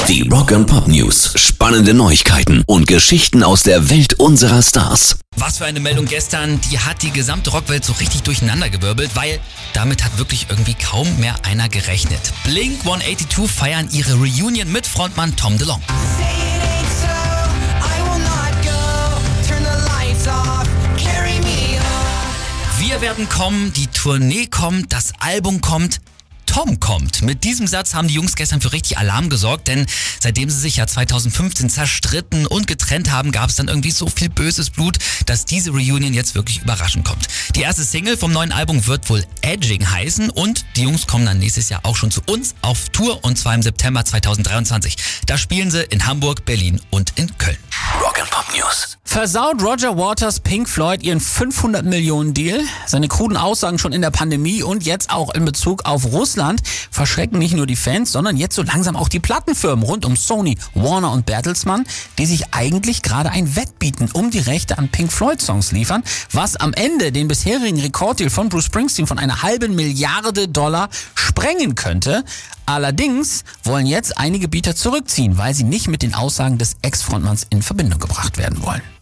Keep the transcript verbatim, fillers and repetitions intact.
Die Rock and Pop News. Spannende Neuigkeiten und Geschichten aus der Welt unserer Stars. Was für eine Meldung gestern, die hat die gesamte Rockwelt so richtig durcheinandergewirbelt, weil damit hat wirklich irgendwie kaum mehr einer gerechnet. Blink hundertzweiundachtzig feiern ihre Reunion mit Frontmann Tom DeLonge. Wir werden kommen, die Tournee kommt, das Album kommt. Tom kommt. Mit diesem Satz haben die Jungs gestern für richtig Alarm gesorgt, denn seitdem sie sich ja zweitausendfünfzehn zerstritten und getrennt haben, gab es dann irgendwie so viel böses Blut, dass diese Reunion jetzt wirklich überraschend kommt. Die erste Single vom neuen Album wird wohl Edging heißen und die Jungs kommen dann nächstes Jahr auch schon zu uns auf Tour und zwar im September zweitausenddreiundzwanzig. Da spielen sie in Hamburg, Berlin und in Köln. Rock'n'Pop News. Versaut Roger Waters Pink Floyd ihren fünfhundert Millionen Deal? Seine kruden Aussagen schon in der Pandemie und jetzt auch in Bezug auf Russland verschrecken nicht nur die Fans, sondern jetzt so langsam auch die Plattenfirmen rund um Sony, Warner und Bertelsmann, die sich eigentlich gerade ein Wettbieten um die Rechte an Pink Floyd Songs liefern, was am Ende den bisherigen Rekorddeal von Bruce Springsteen von einer halben Milliarde Dollar sprengen könnte. Allerdings wollen jetzt einige Bieter zurückziehen, weil sie nicht mit den Aussagen des Ex-Frontmanns in Verbindung gebracht werden wollen.